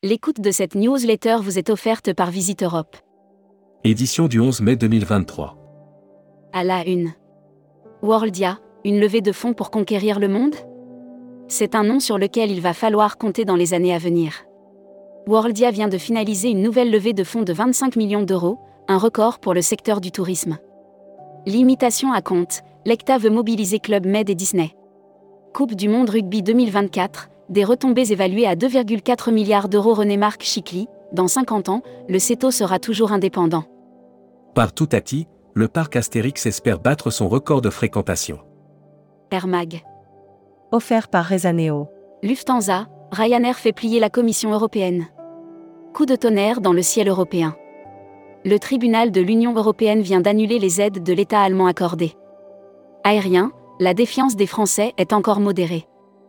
L'écoute de cette newsletter vous est offerte par Visite Europe. Édition du 11 mai 2023. À la une. Worldia, une levée de fonds pour conquérir le monde ? C'est un nom sur lequel il va falloir compter dans les années à venir. Worldia vient de finaliser une nouvelle levée de fonds de 25 millions d'euros, un record pour le secteur du tourisme. L'imitation à compte, l'ECTA veut mobiliser Club Med et Disney. Coupe du Monde Rugby 2024, des retombées évaluées à 2,4 milliards d'euros. René-Marc Chicly, dans 50 ans, le CETO sera toujours indépendant. Par Toutati, le parc Astérix espère battre son record de fréquentation. Air Mag. Offert par Rezaneo. Lufthansa, Ryanair fait plier la Commission européenne. Coup de tonnerre dans le ciel européen. Le tribunal de l'Union européenne vient d'annuler les aides de l'État allemand accordées. Aérien, la défiance des Français est encore modérée.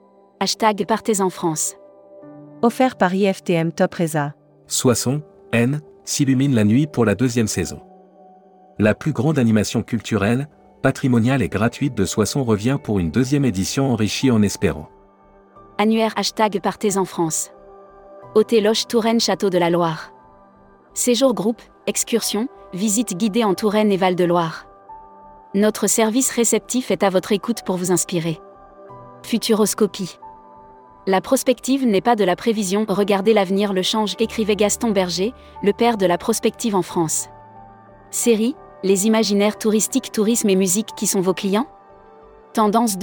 #Partez en France. Offert par IFTM Top Reza. Soissons, N, s'illumine la nuit pour la 2e saison. La plus grande animation culturelle, patrimoniale et gratuite de Soissons revient pour une 2e édition enrichie en espérant. Annuaire #Partez en France. Hôtel-Loche Touraine Château de la Loire. Séjour groupe, excursion, visite guidée en Touraine et Val-de-Loire. Notre service réceptif est à votre écoute pour vous inspirer. Futuroscopie. La prospective n'est pas de la prévision, regardez l'avenir le change, écrivait Gaston Berger, le père de la prospective en France. Série, les imaginaires touristiques, tourisme et musique qui sont vos clients ? Tendance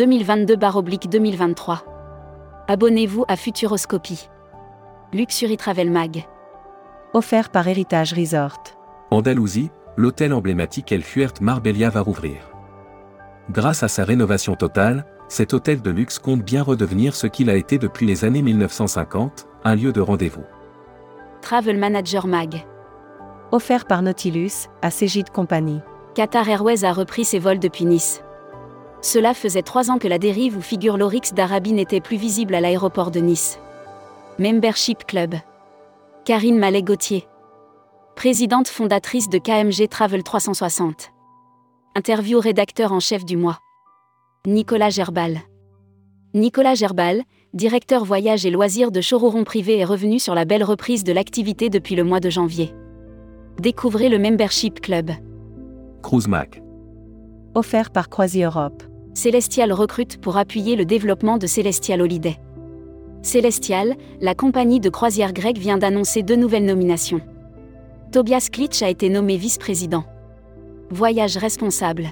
2022/2023. Abonnez-vous à Futuroscopie. Luxury Travel Mag. Offert par Héritage Resort. Andalousie, l'hôtel emblématique El Fuert Marbella va rouvrir. Grâce à sa rénovation totale, cet hôtel de luxe compte bien redevenir ce qu'il a été depuis les années 1950, un lieu de rendez-vous. Travel Manager Mag. Offert par Nautilus, à Cégide Compagnie. Qatar Airways a repris ses vols depuis Nice. Cela faisait 3 ans que la dérive où figure l'Oryx d'Arabie n'était plus visible à l'aéroport de Nice. Membership Club. Karine Mallet-Gauthier. Présidente fondatrice de KMG Travel 360. Interview rédacteur en chef du mois. Nicolas Gerbal. Nicolas Gerbal, directeur voyage et loisirs de Chororon Privé, est revenu sur la belle reprise de l'activité depuis le mois de janvier. Découvrez le Membership Club. Cruise Mag. Offert par Croisi Europe. Celestial recrute pour appuyer le développement de Celestial Holiday. Celestial, la compagnie de croisière grecque, vient d'annoncer 2 nouvelles nominations. Tobias Klitsch a été nommé vice-président. Voyage responsable.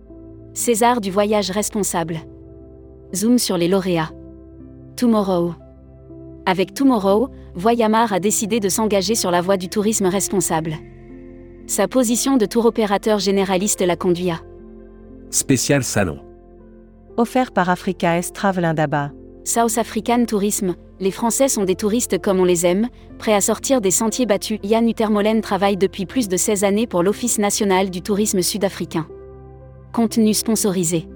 César du voyage responsable. Zoom sur les lauréats. Tomorrow. Avec Tomorrow, Voyamar a décidé de s'engager sur la voie du tourisme responsable. Sa position de tour opérateur généraliste la conduit à Spécial Salon. Offert par Africa S Travel Indaba. South African Tourisme, les Français sont des touristes comme on les aime, prêts à sortir des sentiers battus. Yann Utermolen travaille depuis plus de 16 années pour l'Office national du tourisme sud-africain. Contenu sponsorisé.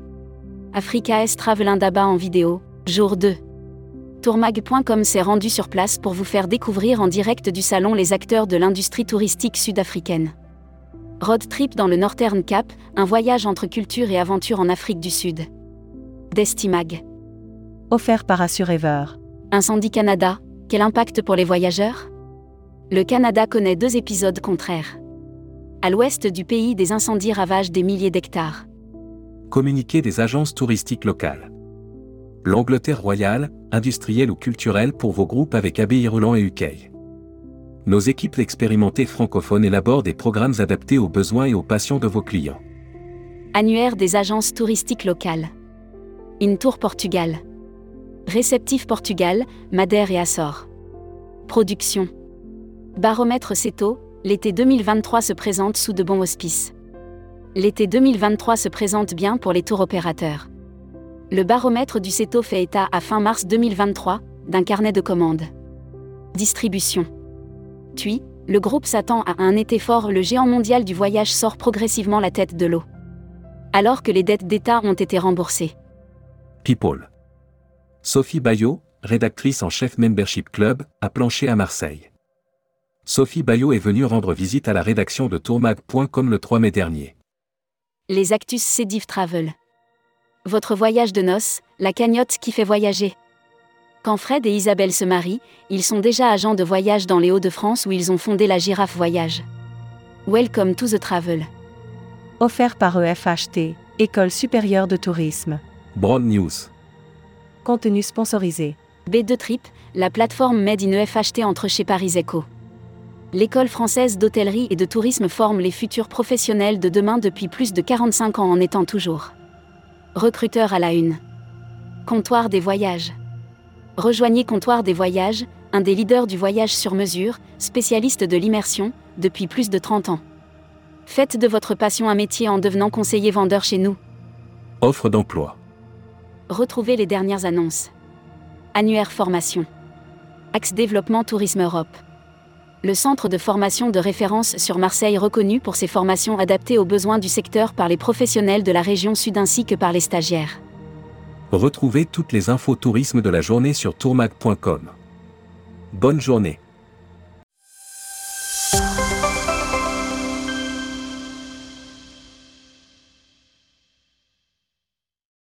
Africa S Travel Indaba en vidéo, jour 2. Tourmag.com s'est rendu sur place pour vous faire découvrir en direct du salon les acteurs de l'industrie touristique sud-africaine. Road Trip dans le Northern Cape, un voyage entre culture et aventure en Afrique du Sud. Destimag. Offert par Assurever. Incendie Canada, quel impact pour les voyageurs ? Le Canada connaît 2 épisodes contraires. À l'ouest du pays, des incendies ravagent des milliers d'hectares. Communiqué des agences touristiques locales. L'Angleterre royale, industrielle ou culturelle pour vos groupes avec Abbé Irulan et UK. Nos équipes expérimentées francophones élaborent des programmes adaptés aux besoins et aux passions de vos clients. Annuaire des agences touristiques locales. Intour Portugal. Réceptif Portugal, Madère et Açores. Production. Baromètre CETO, l'été 2023 se présente sous de bons auspices. L'été 2023 se présente bien pour les tours opérateurs. Le baromètre du CETO fait état à fin mars 2023 d'un carnet de commandes. Distribution. TUI, le groupe s'attend à un été fort. Le géant mondial du voyage sort progressivement la tête de l'eau. Alors que les dettes d'État ont été remboursées. People. Sophie Bayot, rédactrice en chef Membership Club, a planché à Marseille. Sophie Bayot est venue rendre visite à la rédaction de Tourmag.com le 3 mai dernier. Les Actus Cediv Travel. Votre voyage de noces, la cagnotte qui fait voyager. Quand Fred et Isabelle se marient, ils sont déjà agents de voyage dans les Hauts-de-France où ils ont fondé la Girafe Voyage. Welcome to the travel. Offert par EFHT, École supérieure de tourisme. Brand News. Contenu sponsorisé. B2 Trip, la plateforme Made in EFHT entre chez Paris Eco. L'école française d'hôtellerie et de tourisme forme les futurs professionnels de demain depuis plus de 45 ans en étant toujours recruteur à la une. Comptoir des voyages. Rejoignez Comptoir des voyages, un des leaders du voyage sur mesure, spécialiste de l'immersion, depuis plus de 30 ans. Faites de votre passion un métier en devenant conseiller vendeur chez nous. Offre d'emploi. Retrouvez les dernières annonces. Annuaire formation. Axe développement Tourisme Europe. Le centre de formation de référence sur Marseille reconnu pour ses formations adaptées aux besoins du secteur par les professionnels de la région sud ainsi que par les stagiaires. Retrouvez toutes les infos tourisme de la journée sur tourmag.com. Bonne journée.